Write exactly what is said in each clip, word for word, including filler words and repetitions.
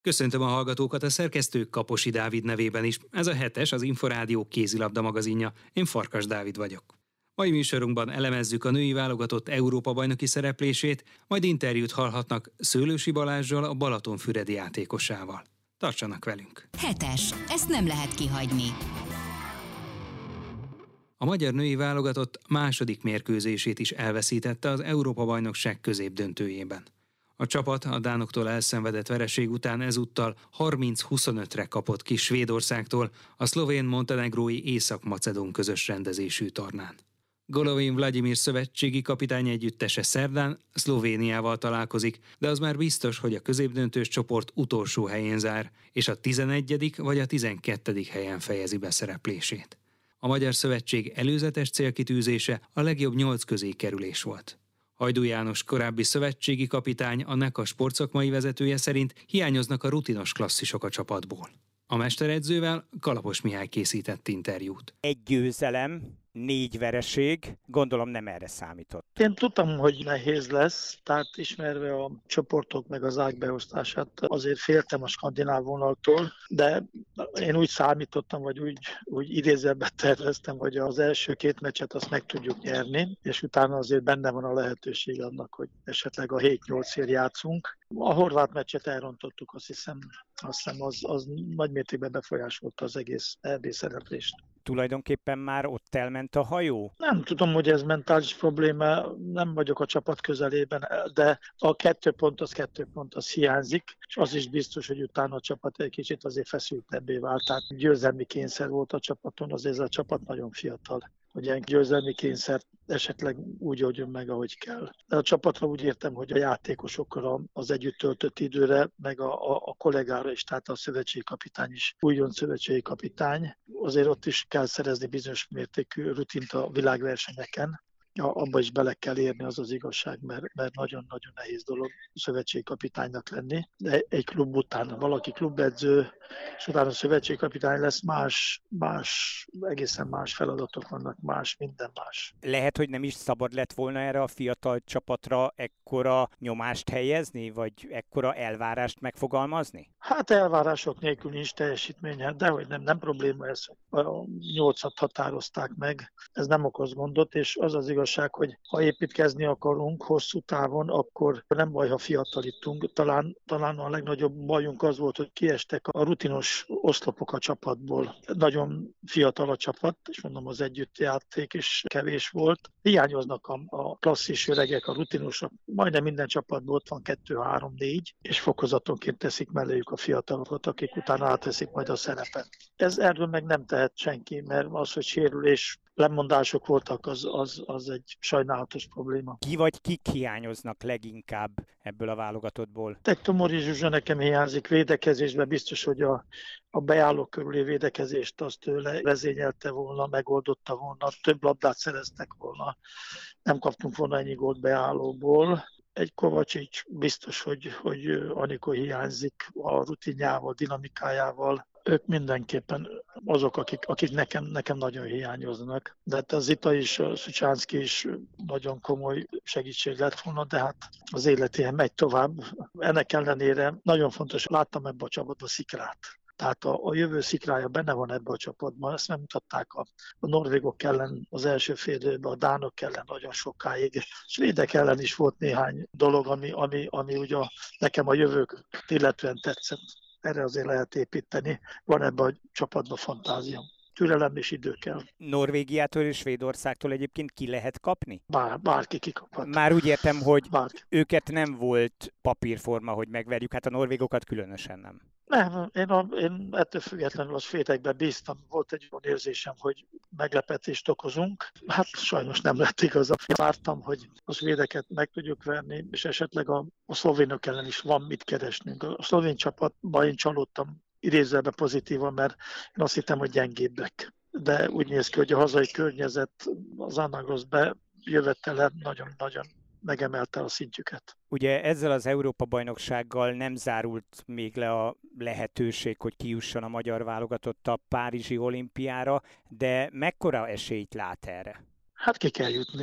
Köszöntöm a hallgatókat, a szerkesztő Kaposi Dávid nevében is. Ez a hetes, az Inforádió kézilabda magazinja. Én Farkas Dávid vagyok. Mai műsorunkban elemezzük a női válogatott Európa-bajnoki szereplését, majd interjút hallhatnak Szőlősi Balázssal, a Balatonfüredi játékosával. Tartsanak velünk! Hetes. Ezt nem lehet kihagyni. A magyar női válogatott második mérkőzését is elveszítette az Európa-bajnokság középdöntőjében. A csapat a dánoktól elszenvedett vereség után ezúttal harminc huszonötre kapott ki Svédországtól a szlovén-montenegrói Észak-Macedón közös rendezésű tornán. Golovin Vladimir szövetségi kapitány együttese szerdán Szlovéniával találkozik, de az már biztos, hogy a középdöntős csoport utolsó helyén zár, és a tizenegyedik vagy a tizenkettedik helyen fejezi be szereplését. A Magyar Szövetség előzetes célkitűzése a legjobb nyolc közé kerülés volt. Hajdú János korábbi szövetségi kapitány, a NECA sportszakmai vezetője szerint hiányoznak a rutinos klasszisok a csapatból. A mesteredzővel Kalapos Mihály készített interjút. Egy győzelem, négy vereség, gondolom nem erre számított. Én tudtam, hogy nehéz lesz, tehát ismerve a csoportok meg az ágbeosztását, azért féltem a skandináv vonaltól, de én úgy számítottam, vagy úgy, úgy idézőbbet terveztem, hogy az első két meccset azt meg tudjuk nyerni, és utána azért benne van a lehetőség annak, hogy esetleg a hét-nyolcért játszunk. A horvát meccset elrontottuk, azt hiszem, azt hiszem az, az nagy mértékben befolyásolta az egész é bé szereplést. Tulajdonképpen már ott elment a hajó? Nem tudom, hogy ez mentális probléma, nem vagyok a csapat közelében, de a kettő pont, az kettő pont, az hiányzik, és az is biztos, hogy utána a csapat egy kicsit azért feszültebbé vált, tehát győzelmi kényszer volt a csapaton, azért ez a csapat nagyon fiatal, hogy ilyen győzelmi kényszert esetleg úgy oldjon meg, ahogy kell. De a csapatra úgy értem, hogy a játékosokra, az együtt töltött időre, meg a, a, a kollégára is, tehát a szövetségi kapitány is, újonc szövetségi kapitány, azért ott is kell szerezni bizonyos mértékű rutint a világversenyeken. Ja, abba is bele kell érni, az az igazság, mert, mert nagyon-nagyon nehéz dolog szövetségi kapitánynak lenni. De egy klub után valaki klubedző, és utána szövetségi kapitány lesz, más, más, egészen más feladatok vannak, más, minden más. Lehet, hogy nem is szabad lett volna erre a fiatal csapatra ekkora nyomást helyezni, vagy ekkora elvárást megfogalmazni? Hát elvárások nélkül nincs teljesítménye, de hogy nem, nem probléma ez, a nyolcat határozták meg, ez nem okoz gondot, és az az igazság, hogy ha építkezni akarunk hosszú távon, akkor nem baj, ha fiatalítunk. Talán, talán a legnagyobb bajunk az volt, hogy kiestek a rutinos oszlopok a csapatból. Nagyon fiatal a csapat, és mondom, az együttjáték is kevés volt. Hiányoznak a, a klasszis öregek, a rutinosok. Majdnem minden csapatból ott van kettő, három, négy, és fokozatonként teszik melléjük a fiatalokat, akik utána átveszik majd a szerepet. Ez erről meg nem tehet senki, mert az, hogy sérülés, lemondások voltak, az, az, az egy sajnálatos probléma. Ki vagy kik hiányoznak leginkább ebből a válogatottból? Tekto Mori Zsuzsa nekem hiányzik védekezésben, biztos, hogy a, a beállók körüli védekezést azt ő vezényelte volna, megoldotta volna, több labdát szereztek volna, nem kaptunk volna ennyi gólt beállóból. Egy Kovacsics biztos, hogy, hogy Anikó hiányzik a rutinjával, dinamikájával. Ők mindenképpen azok, akik, akik nekem, nekem nagyon hiányoznak. De hát az Zita is, a Szucsánszki is nagyon komoly segítség lett volna, de hát az élet ilyen megy tovább. Ennek ellenére nagyon fontos, láttam ebbe a csapatba Szikrát. Tehát a, a jövő szikrája benne van ebbe a csapatban, ezt nem mutatták a, a norvégok ellen az első fél időben, a dánok ellen nagyon sokáig. Svédek ellen is volt néhány dolog, ami, ami, ami ugye a, nekem a jövők illetően tetszett. Erre azért lehet építeni. Van ebben a csapatban fantázia. Türelem és idő kell. Norvégiától és Svédországtól egyébként ki lehet kapni? Bár, bárki kikaphat. Már úgy értem, hogy bárki. Őket nem volt papírforma, hogy megverjük, hát a norvégokat különösen nem. Nem, én, a, én ettől függetlenül a svédekben bíztam. Volt egy olyan érzésem, hogy meglepetést okozunk. Hát sajnos nem lett igaz. Vártam, hogy a svédeket meg tudjuk verni, és esetleg a, a szlovénok ellen is van mit keresnünk. A szlovén csapatban én csalódtam idézőben pozitívan, mert én azt hittem, hogy gyengébbek. De úgy néz ki, hogy a hazai környezet az Anagrosz bejövetele nagyon-nagyon megemelte a szintjüket. Ugye ezzel az Európa-bajnoksággal nem zárult még le a lehetőség, hogy kijusson a magyar válogatott a párizsi olimpiára, de mekkora esélyt lát erre? Hát ki kell jutni.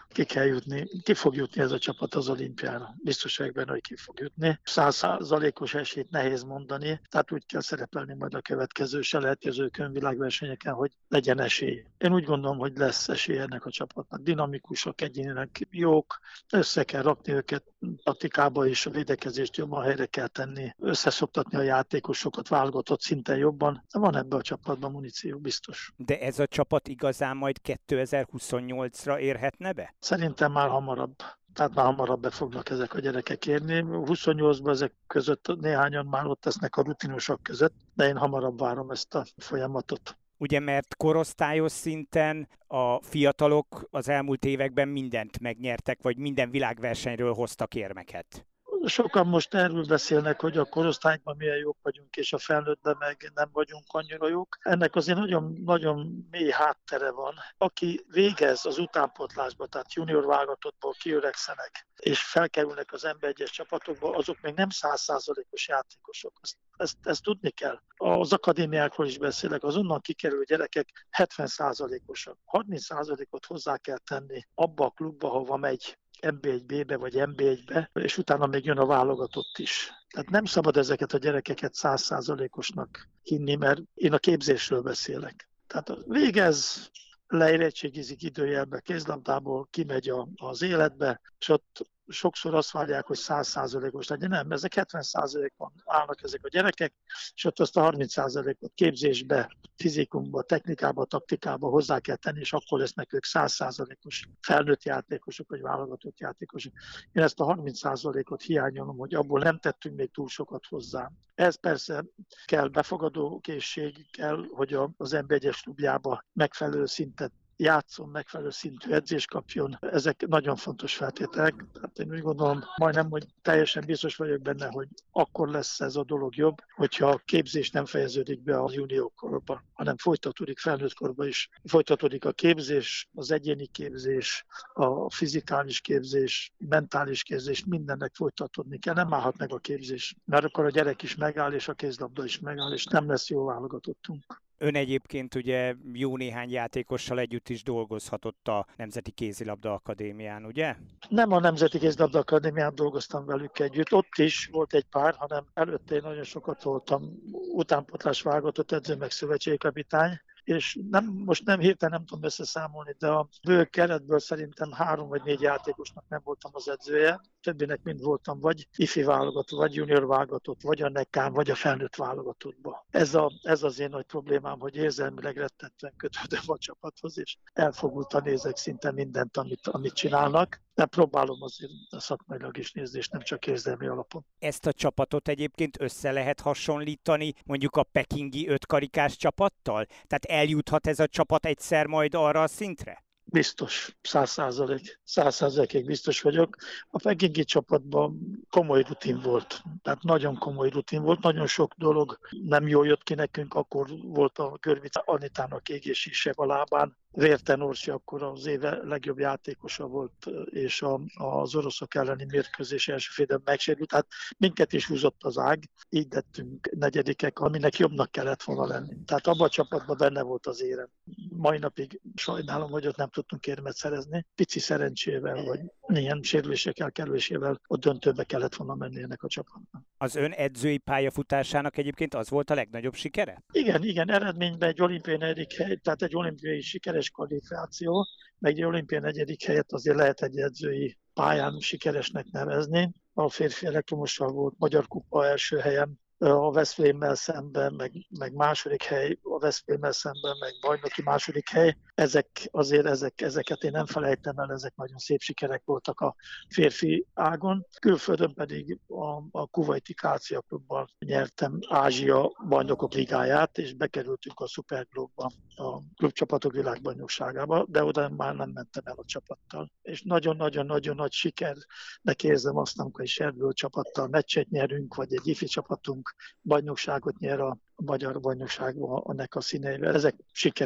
ki kell jutni, ki fog jutni ez a csapat az olimpiára. Biztos vagyok benne, hogy ki fog jutni. Száz százalékos esélyt nehéz mondani, tehát úgy kell szerepelni majd a következő selejtezőkön, világversenyeken, hogy legyen esély. Én úgy gondolom, hogy lesz esély ennek a csapatnak. Dinamikusok, egyénileg jók, össze kell rakni őket taktikába, és a védekezést jobban helyre kell tenni, összeszoktatni a játékosokat, válogatott szinten jobban. Van ebbe a csapatban muníció, biztos. De ez a csapat igazán majd kétezer-huszonnyolcra érhetne be? Szerintem már hamarabb. Tehát már hamarabb be fognak ezek a gyerekek érni. huszonnyolcban ezek között néhányan már ott lesznek a rutinosok között, de én hamarabb várom ezt a folyamatot. Ugye, mert korosztályos szinten a fiatalok az elmúlt években mindent megnyertek, vagy minden világversenyről hoztak érmeket. Sokan most erről beszélnek, hogy a korosztályban milyen jók vagyunk, és a felnőttben meg nem vagyunk annyira jók. Ennek azért nagyon, nagyon mély háttere van. Aki végez az utánpótlásba, tehát junior válogatottból kiöregszenek, és felkerülnek az em bé egyes csapatokba, azok még nem száz százalékos játékosok. Ezt, ezt, ezt tudni kell. Az akadémiákról is beszélek, az onnan kikerülő gyerekek hetven százalékosak. harminc százalékot hozzá kell tenni abba a klubba, hova megy. em bé egy bé-be vagy em bé egybe, és utána még jön a válogatott is. Tehát nem szabad ezeket a gyerekeket száz százalékosnak hinni, mert én a képzésről beszélek. Tehát végez, leérettségizik időjelbe kézlabdából, kimegy a, az életbe, és ott sokszor azt várják, hogy száz százalékos legyen. Nem, ezek hetven százalékon állnak ezek a gyerekek, és ott azt a harminc százalékot képzésbe, fizikumba, technikába, taktikába hozzá kell tenni, és akkor lesznek ők száz százalékos felnőtt játékosok, vagy válogatott játékosok. Én ezt a harminc százalékot hiányolom, hogy abból nem tettünk még túl sokat hozzá. Ez persze kell befogadó készség, kell, hogy az em bé egyes klubjába megfelelő szintet játszon, megfelelő szintű edzést kapjon. Ezek nagyon fontos feltételek. Tehát én úgy gondolom, majdnem, hogy teljesen biztos vagyok benne, hogy akkor lesz ez a dolog jobb, hogyha a képzés nem fejeződik be a junior korban, hanem folytatódik felnőtt korban is. Folytatódik a képzés, az egyéni képzés, a fizikális képzés, mentális képzés, mindennek folytatódni kell. Nem állhat meg a képzés, mert akkor a gyerek is megáll, és a kézlabda is megáll, és nem lesz jó válogatottunk. Ön egyébként ugye jó néhány játékossal együtt is dolgozhatott a Nemzeti Kézilabda Akadémián, ugye? Nem a Nemzeti Kézilabda Akadémián dolgoztam velük együtt, ott is volt egy pár, hanem előtte én nagyon sokat voltam utánpótlás válogatott edző, meg szövetségkapitány, és nem, most nem hirtelen nem tudom összeszámolni, de a bő keretből szerintem három vagy négy játékosnak nem voltam az edzője, többinek mind voltam vagy ifi válogatott, vagy junior válogatott, vagy a nekám, vagy a felnőtt válogatottba. Ez, a, ez az én nagy problémám, hogy érzelmileg rettetően kötődöm a csapathoz, és elfogultan nézek szinte mindent, amit, amit csinálnak. De próbálom azért szakmailag is nézni, és nem csak érzelmi alapon. Ezt a csapatot egyébként össze lehet hasonlítani mondjuk a pekingi ötkarikás csapattal? Tehát eljuthat ez a csapat egyszer majd arra a szintre? Biztos, száz százalék, száz százalékig biztos vagyok. A pekingi csapatban komoly rutin volt, tehát nagyon komoly rutin volt, nagyon sok dolog nem jól jött ki nekünk, akkor volt a Görvic Anitának égésisebb a lábán, Vérten Orsi akkor az éve legjobb játékosa volt, és a, az oroszok elleni mérkőzés első félben megsérült, tehát minket is húzott az ág, így lettünk negyedikek, aminek jobbnak kellett volna lenni. Tehát abban a csapatban benne volt az érem. Mai napig sajnálom, hogy ott nem tudtunk érmet szerezni. Pici szerencsével, vagy ilyen sérülésekkel kerülésével ott döntőbe kellett volna menni ennek a csapatnak. Az ön edzői pályafutásának egyébként az volt a legnagyobb sikere? Igen, igen, eredményben egy olimpiai negyedik hely, tehát egy olimpiai sikeres kvalifikáció, meg egy olimpiai negyedik helyet azért lehet egy edzői pályán sikeresnek nevezni. A férfi elektromossal volt Magyar Kupa első helyen, a Veszprémmel szemben, meg, meg második hely, a Veszprémmel szemben, meg bajnoki második hely. Ezek azért, ezek, ezeket én nem felejtem el, ezek nagyon szép sikerek voltak a férfi ágon. Külföldön pedig a, a kuwaiti Kácia klubban nyertem Ázsia bajnokok ligáját, és bekerültünk a Superglobba, a klubcsapatok világbajnokságába, de oda már nem mentem el a csapattal. És nagyon-nagyon-nagyon nagy sikernek érzem azt, amikor egy Serből csapattal meccset nyerünk, vagy egy ifi csapatunk bajnokságot nyer a magyar bajnokságban a NECA színeivel. Ezek sikerek.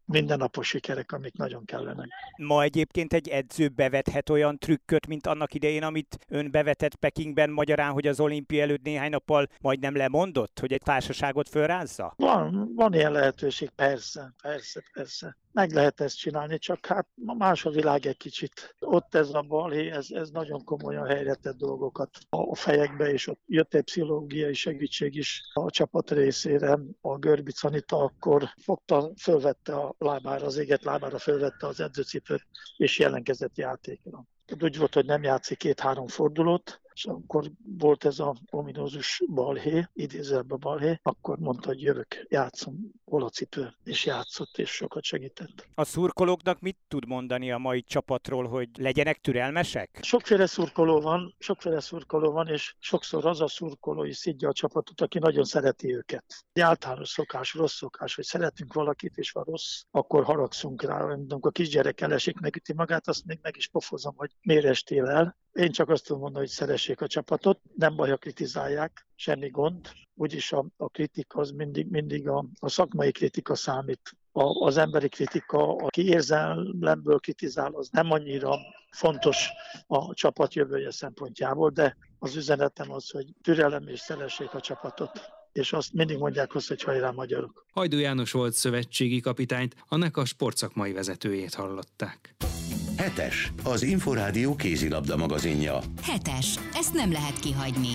mindennapos sikerek, amik nagyon kellenek. Ma egyébként egy edző bevethet olyan trükköt, mint annak idején, amit ön bevetett Pekingben, magyarán, hogy az olimpia előtt néhány nappal majdnem lemondott, hogy egy társaságot fölrázza? Van, van ilyen lehetőség, persze, persze, persze. Meg lehet ezt csinálni, csak hát más a világ egy kicsit. Ott ez a balhé, ez, ez nagyon komolyan helyre tett dolgokat a fejekbe, és ott jött egy pszichológiai segítség is a csapat részére. A Görbic Anita akkor fogta, fölvette a lábára, az éget lábára fölvette az edzőcipőt, és jelentkezett játékra. Úgy volt, hogy nem játszik két-három fordulót, és akkor volt ez a ominózus balhé, idézőjelben balhé, akkor mondta, hogy jövök, játszom, hol a cipő, és játszott, és sokat segített. A szurkolóknak mit tud mondani a mai csapatról, hogy legyenek türelmesek? Sokféle szurkoló van, sokféle szurkoló van, és sokszor az a szurkoló is szidja a csapatot, aki nagyon szereti őket. Egy általános szokás, rossz szokás, hogy szeretünk valakit, és van rossz, akkor haragszunk rá. Amikor a kisgyerek elesik, megüti magát, azt még meg is pofozom, hogy miért estél el. Én csak azt tudom mondani, hogy szeressék a csapatot, nem baj, ha kritizálják, semmi gond. Úgyis a, a kritika az mindig, mindig a, a szakmai kritika számít. A, az emberi kritika, aki érzelemből kritizál, az nem annyira fontos a csapat jövője szempontjából, de az üzenetem az, hogy türelem és szeressék a csapatot. És azt mindig mondják azt, hogy hajrá magyarok. Hajdú János volt szövetségi kapitányt, a NECA sportszakmai vezetőjét hallották. Hetes, az Inforádió kézilabda magazinja. Hetes, ezt nem lehet kihagyni.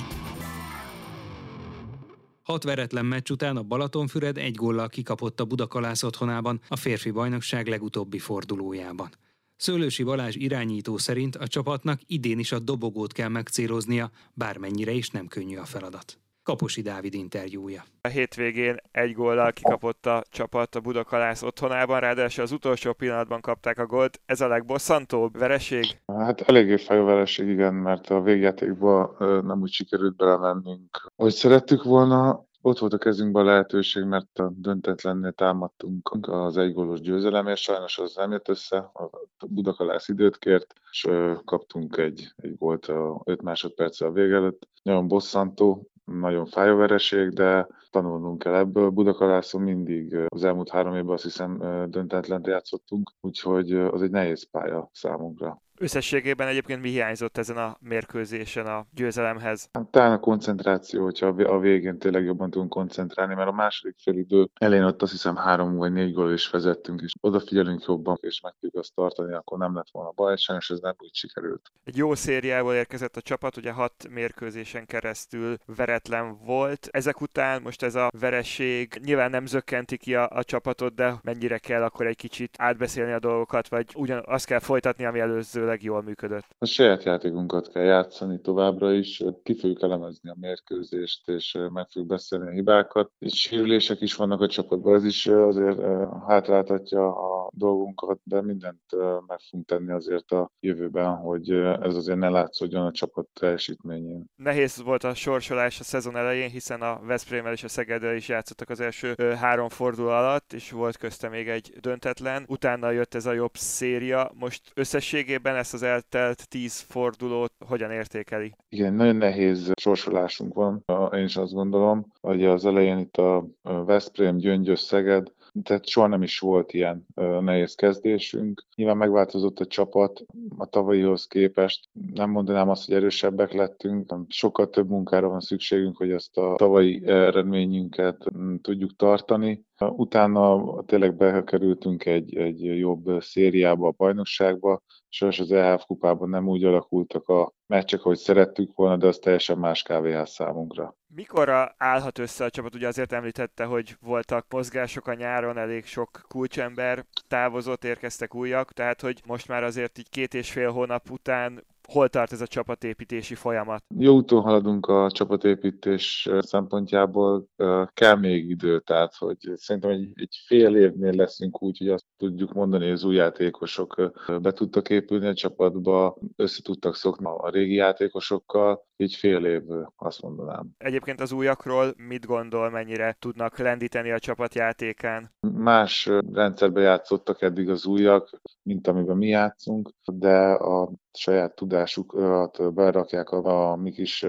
Hat veretlen meccs után a Balatonfüred egy góllal kikapott a Budakalász otthonában a férfi bajnokság legutóbbi fordulójában. Szőlősi Balázs irányító szerint a csapatnak idén is a dobogót kell megcéloznia, bármennyire is nem könnyű a feladat. Kaposi Dávid interjúja. A hétvégén egy góllal kikapott a csapat a Budakalász otthonában, ráadásul az utolsó pillanatban kapták a gólt. Ez a legbosszantóbb vereség? Hát eléggé fájó vereség, igen, mert a végjátékban nem úgy sikerült belemennünk, hogy szerettük volna. Ott volt a kezünkben a lehetőség, mert a döntetlennél támadtunk az egygólos győzelemért, sajnos az nem jött össze, a Budakalász időt kért, és kaptunk egy, egy gólt a öt másodperccel a vég előtt. Nagyon bosszantó, nagyon fájó vereség, de tanulnunk kell ebből. Budakalászon mindig az elmúlt három évben azt hiszem döntetlent játszottunk, úgyhogy az egy nehéz pálya számunkra. Összességében egyébként mi hiányzott ezen a mérkőzésen a győzelemhez? Hát talán a koncentráció, hogyha a végén tényleg jobban tudunk koncentrálni, mert a második félidő elején ott azt hiszem három vagy négy gól is vezettünk, és odafigyelünk jobban, és meg tudjuk azt tartani, akkor nem lett volna baj, sajnos ez nem úgy sikerült. Egy jó szériával érkezett a csapat, ugye hat mérkőzésen keresztül veretlen volt. Ezek után most ez a vereség nyilván nem zökkenti ki a, a csapatot, de mennyire kell akkor egy kicsit átbeszélni a dolgokat, vagy ugyan azt kell folytatni, ami előzőleg jól működött? A saját játékunkat kell játszani továbbra is, ki fogjuk elemezni a mérkőzést, és meg fogjuk beszélni a hibákat. És sérülések is vannak a csapatban, ez is azért hátráltatja a dolgunkat, de mindent meg fogunk tenni azért a jövőben, hogy ez azért ne látszódjon a csapat teljesítményén. Nehéz volt a sorsolás a szezon elején, hiszen a Veszprémmel és a Szegeddel is játszottak az első három forduló alatt, és volt közte még egy döntetlen. Utána jött ez a jobb széria. Most összességében ezt az eltelt tíz fordulót hogyan értékeli? Igen, nagyon nehéz sorsolásunk van, én is azt gondolom, hogy az elején itt a Veszprém, Gyöngyös, Szeged, tehát soha nem is volt ilyen nehéz kezdésünk. Nyilván megváltozott a csapat a tavalyihoz képest. Nem mondanám azt, hogy erősebbek lettünk. Sokkal több munkára van szükségünk, hogy ezt a tavalyi eredményünket tudjuk tartani. Utána tényleg bekerültünk egy, egy jobb szériába, a bajnokságba. Sajnos az é há ef kupában nem úgy alakultak a meccsek, ahogy szerettük volna, de az teljesen más kávéház számunkra. Mikorra állhat össze a csapat? Ugye azért említette, hogy voltak mozgások a nyáron, elég sok kulcsember távozott, érkeztek újak, tehát hogy most már azért így két és fél hónap után hol tart ez a csapatépítési folyamat? Jó úton haladunk a csapatépítés szempontjából, kell még idő, tehát hogy szerintem egy, egy fél évnél leszünk úgy, hogy azt tudjuk mondani, hogy az új játékosok be tudtak épülni a csapatba, össze tudtak szokni a régi játékosokkal, így fél év, azt mondanám. Egyébként az újakról mit gondol, mennyire tudnak lendíteni a csapat játékán? Más rendszerben játszottak eddig az újak, mint amiben mi játszunk, de a saját tudásukat berakják a, a mi kis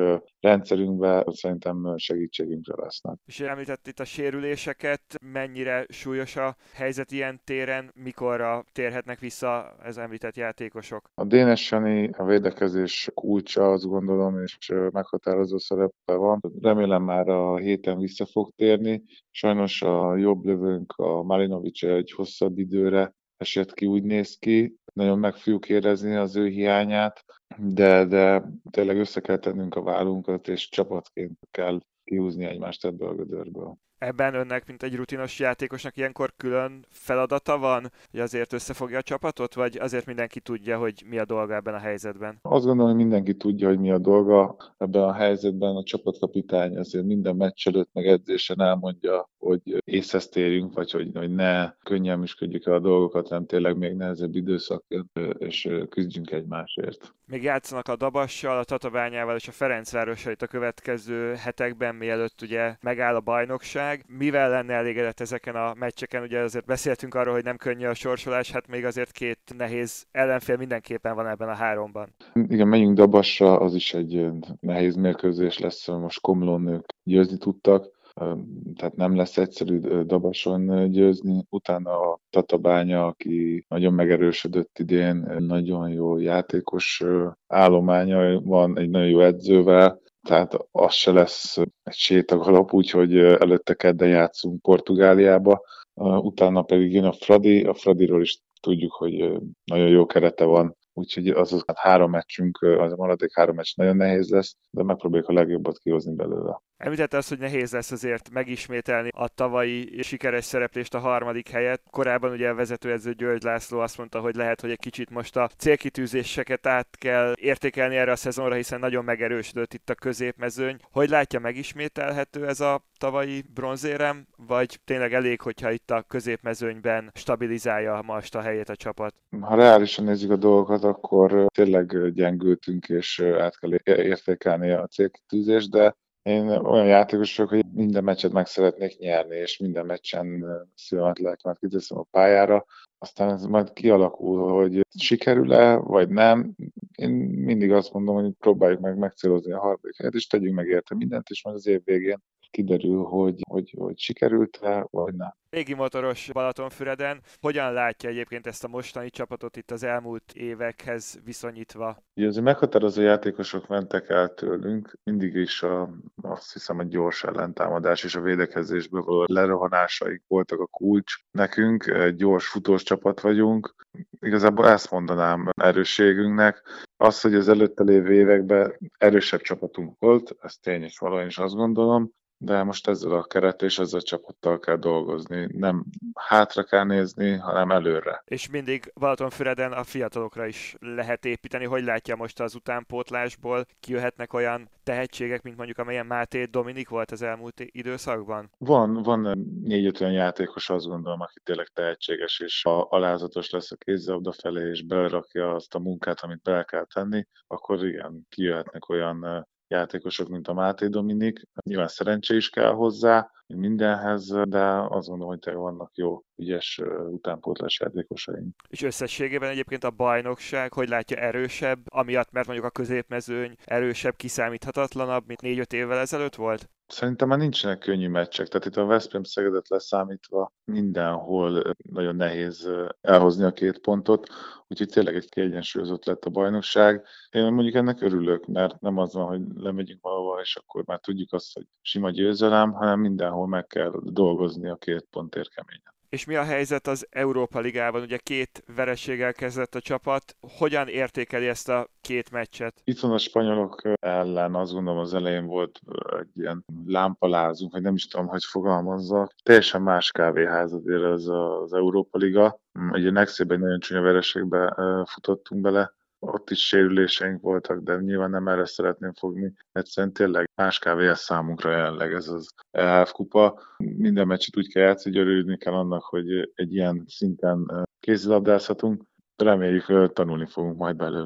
rendszerünkbe szerintem segítségünkre lesznek. És említett itt a sérüléseket, mennyire súlyos a helyzet ilyen téren, mikorra térhetnek vissza az említett játékosok? A Dénes Jani a védekezés kulcsa, azt gondolom, és meghatározó szerepe van. Remélem már a héten vissza fog térni. Sajnos a jobb lövőnk, a Malinovic egy hosszabb időre esett ki, úgy néz ki. Nagyon meg fogjuk érezni az ő hiányát, de, de tényleg össze kell tennünk a vállunkat, és csapatként kell kihúzni egymást ebből a gödörből. Ebben önnek, mint egy rutinos játékosnak ilyenkor külön feladata van, hogy azért összefogja a csapatot, vagy azért mindenki tudja, hogy mi a dolga ebben a helyzetben? Azt gondolom, hogy mindenki tudja, hogy mi a dolga ebben a helyzetben. A csapatkapitány azért minden meccs előtt, meg edzésen elmondja, hogy észhez térjünk, vagy hogy, hogy ne könnyen műsködjük el a dolgokat, hanem tényleg még nehezebb időszak, és küzdjünk egymásért. Még játszanak a Dabassal, a Tatabányával és a Ferencvárossal itt a következő hetekben, mielőtt ugye megáll a bajnokság. Mivel lenne elégedett ezeken a meccseken? Ugye azért beszéltünk arról, hogy nem könnyű a sorsolás, hát még azért két nehéz ellenfél mindenképpen van ebben a háromban. Igen, menjünk Dabassra, az is egy nehéz mérkőzés lesz, most Komlón ők győzni tudtak, tehát nem lesz egyszerű Dabason győzni. Utána a Tatabánya, aki nagyon megerősödött idén, nagyon jó játékos állománya van, egy nagyon jó edzővel, tehát az se lesz egy sétagalap, úgyhogy előtte kedden játszunk Portugáliába, utána pedig jön a Fradi, a Fradiról is tudjuk, hogy nagyon jó kerete van, úgyhogy az, az hát három meccsünk, az a maradék három meccs nagyon nehéz lesz, de megpróbáljuk a legjobbat kihozni belőle. Említette azt, hogy nehéz lesz azért megismételni a tavalyi sikeres szereplést, a harmadik helyet. Korábban ugye a vezetőedző György László azt mondta, hogy lehet, hogy egy kicsit most a célkitűzéseket át kell értékelni erre a szezonra, hiszen nagyon megerősödött itt a középmezőny. Hogy látja, megismételhető ez a tavalyi bronzérem, vagy tényleg elég, hogyha itt a középmezőnyben stabilizálja most a helyét a csapat? Ha reálisan nézzük a dolgokat, akkor tényleg gyengültünk, és át kell értékelni a célkitűzést, de én olyan játékos vagyok, hogy minden meccset meg szeretnék nyerni, és minden meccsen szívemet, lelkemet kiteszem a pályára. Aztán ez majd kialakul, hogy sikerül-e, vagy nem. Én mindig azt mondom, hogy próbáljuk meg megcélozni a harmadik helyet, és tegyünk meg érte mindent, és majd az év végén kiderül, hogy, hogy, hogy sikerült-e, vagy nem. Régi motoros Balatonfüreden. Hogyan látja egyébként ezt a mostani csapatot itt az elmúlt évekhez viszonyítva? Ugye azért meghatározó játékosok mentek el tőlünk, mindig is a, azt hiszem a gyors ellentámadás és a védekezésből való lerohanásaik voltak a kulcs. Nekünk egy gyors futós csapat vagyunk, igazából ezt mondanám erősségünknek. Az, hogy az előtte lévő években erősebb csapatunk volt, ez tény és való, én is azt gondolom, de most ezzel a kerettel és ezzel a csapattal kell dolgozni. Nem hátra kell nézni, hanem előre. És mindig Balatonfüreden a fiatalokra is lehet építeni. Hogy látja most az utánpótlásból? Kijöhetnek olyan tehetségek, mint mondjuk amilyen Máté Dominik volt az elmúlt időszakban? Van, van négy-öt olyan játékos, azt gondolom, aki tényleg tehetséges, és ha alázatos lesz a kézilabda felé, és belerakja azt a munkát, amit bele kell tenni, akkor igen, kijöhetnek olyan játékosok, mint a Máté Dominik. Nyilván szerencsé is kell hozzá, mindenhez, de azt gondolom, hogy tényleg vannak jó, ügyes utánpótlás játékosaink. És összességében egyébként a bajnokság, hogy látja, erősebb, amiatt, mert mondjuk a középmezőny erősebb, kiszámíthatatlanabb, mint négy-öt évvel ezelőtt volt? Szerintem már nincsenek könnyű meccsek, tehát itt a Veszprém Szegedet leszámítva mindenhol nagyon nehéz elhozni a két pontot, úgyhogy tényleg egy kiegyensúlyozott lett a bajnokság. Én mondjuk ennek örülök, mert nem az van, hogy lemegyünk valahol, és akkor már tudjuk azt, hogy sima győzelem, hanem mindenhol meg kell dolgozni a két pontért keményen. És mi a helyzet az Európa Ligában? Ugye két vereséggel kezdett a csapat. Hogyan értékeli ezt a két meccset? Itt van a spanyolok ellen, azt gondolom az elején volt egy ilyen lámpalázunk, vagy nem is tudom, hogy fogalmazzak. Teljesen más kávéház azért az az Európa Liga. Ugye Nexében egy nagyon csúnya vereségbe futottunk bele. Ott is sérüléseink voltak, de nyilván nem erre szeretném fogni. Egyszerűen tényleg más kávé ez számunkra jelenleg ez az E H F kupa. Minden meccset úgy kell játszani, hogy örülni kell annak, hogy egy ilyen szinten kézilabdázhatunk. Reméljük, tanulni fogunk majd belőle.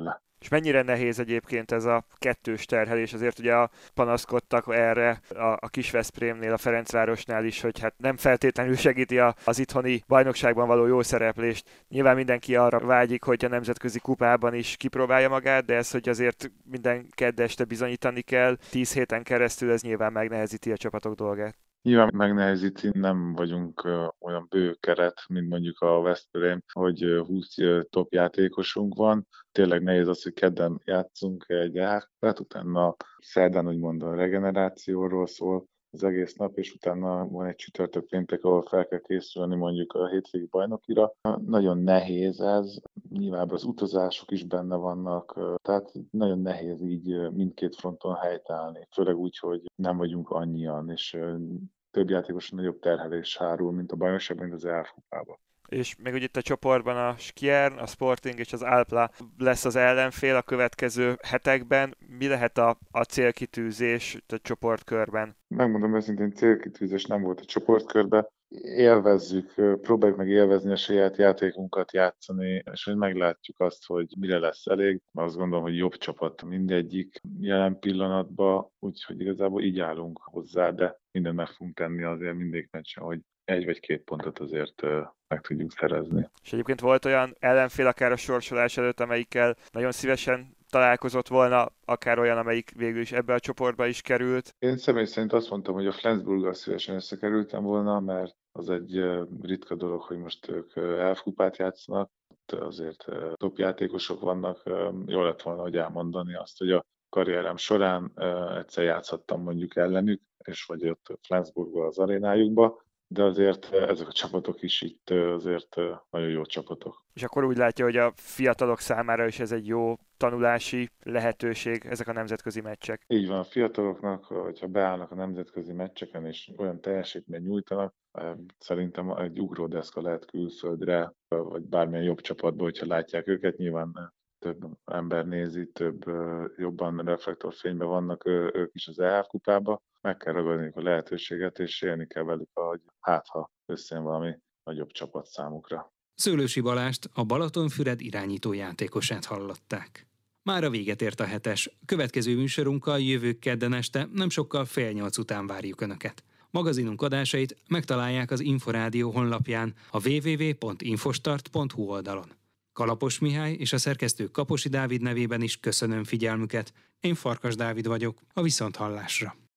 És mennyire nehéz egyébként ez a kettős terhelés? Azért ugye a panaszkodtak erre a, a kis Veszprémnél, a Ferencvárosnál is, hogy hát nem feltétlenül segíti a, az itthoni bajnokságban való jó szereplést. Nyilván mindenki arra vágyik, hogy a nemzetközi kupában is kipróbálja magát, de ez, hogy azért minden kedd este bizonyítani kell, tíz héten keresztül, ez nyilván megnehezíti a csapatok dolgát. Nyilván megnehezíti, nem vagyunk uh, olyan bő keret, mint mondjuk a Veszprém, hogy uh, húsz uh, top játékosunk van. Tényleg nehéz az, hogy kedden játszunk egy áhát, utána szerdán úgymond a regenerációról szól az egész nap, és utána van egy csütörtök péntek, ahol fel kell készülni mondjuk a hétvégi bajnokira. Nagyon nehéz ez, nyilván az utazások is benne vannak, tehát nagyon nehéz így mindkét fronton helytállni, főleg úgy, hogy nem vagyunk annyian, és több játékosan nagyobb terhelés hárul, mint a bajnokságban, mint az é á ef kupában. És még ugye itt a csoportban a Skiern, a Sporting és az Alpla lesz az ellenfél a következő hetekben. Mi lehet a, a célkitűzés a csoportkörben? Megmondom őszintén, célkitűzés nem volt a csoportkörben. Élvezzük, próbáljuk meg élvezni a saját játékunkat játszani, és hogy meglátjuk azt, hogy mire lesz elég. Azt gondolom, hogy jobb csapat mindegyik jelen pillanatban, úgyhogy igazából így állunk hozzá, de mindent meg fogunk tenni azért mindig meccsen, hogy egy vagy két pontot azért meg tudjuk szerezni. És egyébként volt olyan ellenfél akár a sorsolás előtt, amelyikkel nagyon szívesen találkozott volna, akár olyan, amelyik végül is ebbe a csoportba is került? Én személy szerint azt mondtam, hogy a Flensburggal szívesen összekerültem volna, mert az egy ritka dolog, hogy most ők é ef kupát játszanak, azért top játékosok vannak, jól lett volna, hogy elmondani azt, hogy a karrierem során egyszer játszhattam mondjuk ellenük, és vagy ott Flensburgban az arénájukba, de azért ezek a csapatok is itt azért nagyon jó csapatok. És akkor úgy látja, hogy a fiatalok számára is ez egy jó tanulási lehetőség, ezek a nemzetközi meccsek. Így van, a fiataloknak, hogyha beállnak a nemzetközi meccseken és olyan teljesítményt nyújtanak, szerintem egy ugródeszka lehet külföldre, vagy bármilyen jobb csapatba, hogyha látják őket, nyilván több ember nézi, több jobban reflektorfényben vannak ők is az é ef kupába. Meg kell ragadni a lehetőséget, és élni kell velük, hogy hát ha összejön valami nagyobb csapat számukra. Szőlősi Balást, a Balatonfüred irányító játékosát hallották. Mára véget ért a hetes. Következő műsorunkkal jövő kedden este nem sokkal fél nyolc után várjuk Önöket. Magazinunk adásait megtalálják az Inforádió honlapján, a double-u double-u double-u pont infostart pont hu oldalon. Kalapos Mihály és a szerkesztő Kaposi Dávid nevében is köszönöm figyelmüket. Én Farkas Dávid vagyok, a viszonthallásra.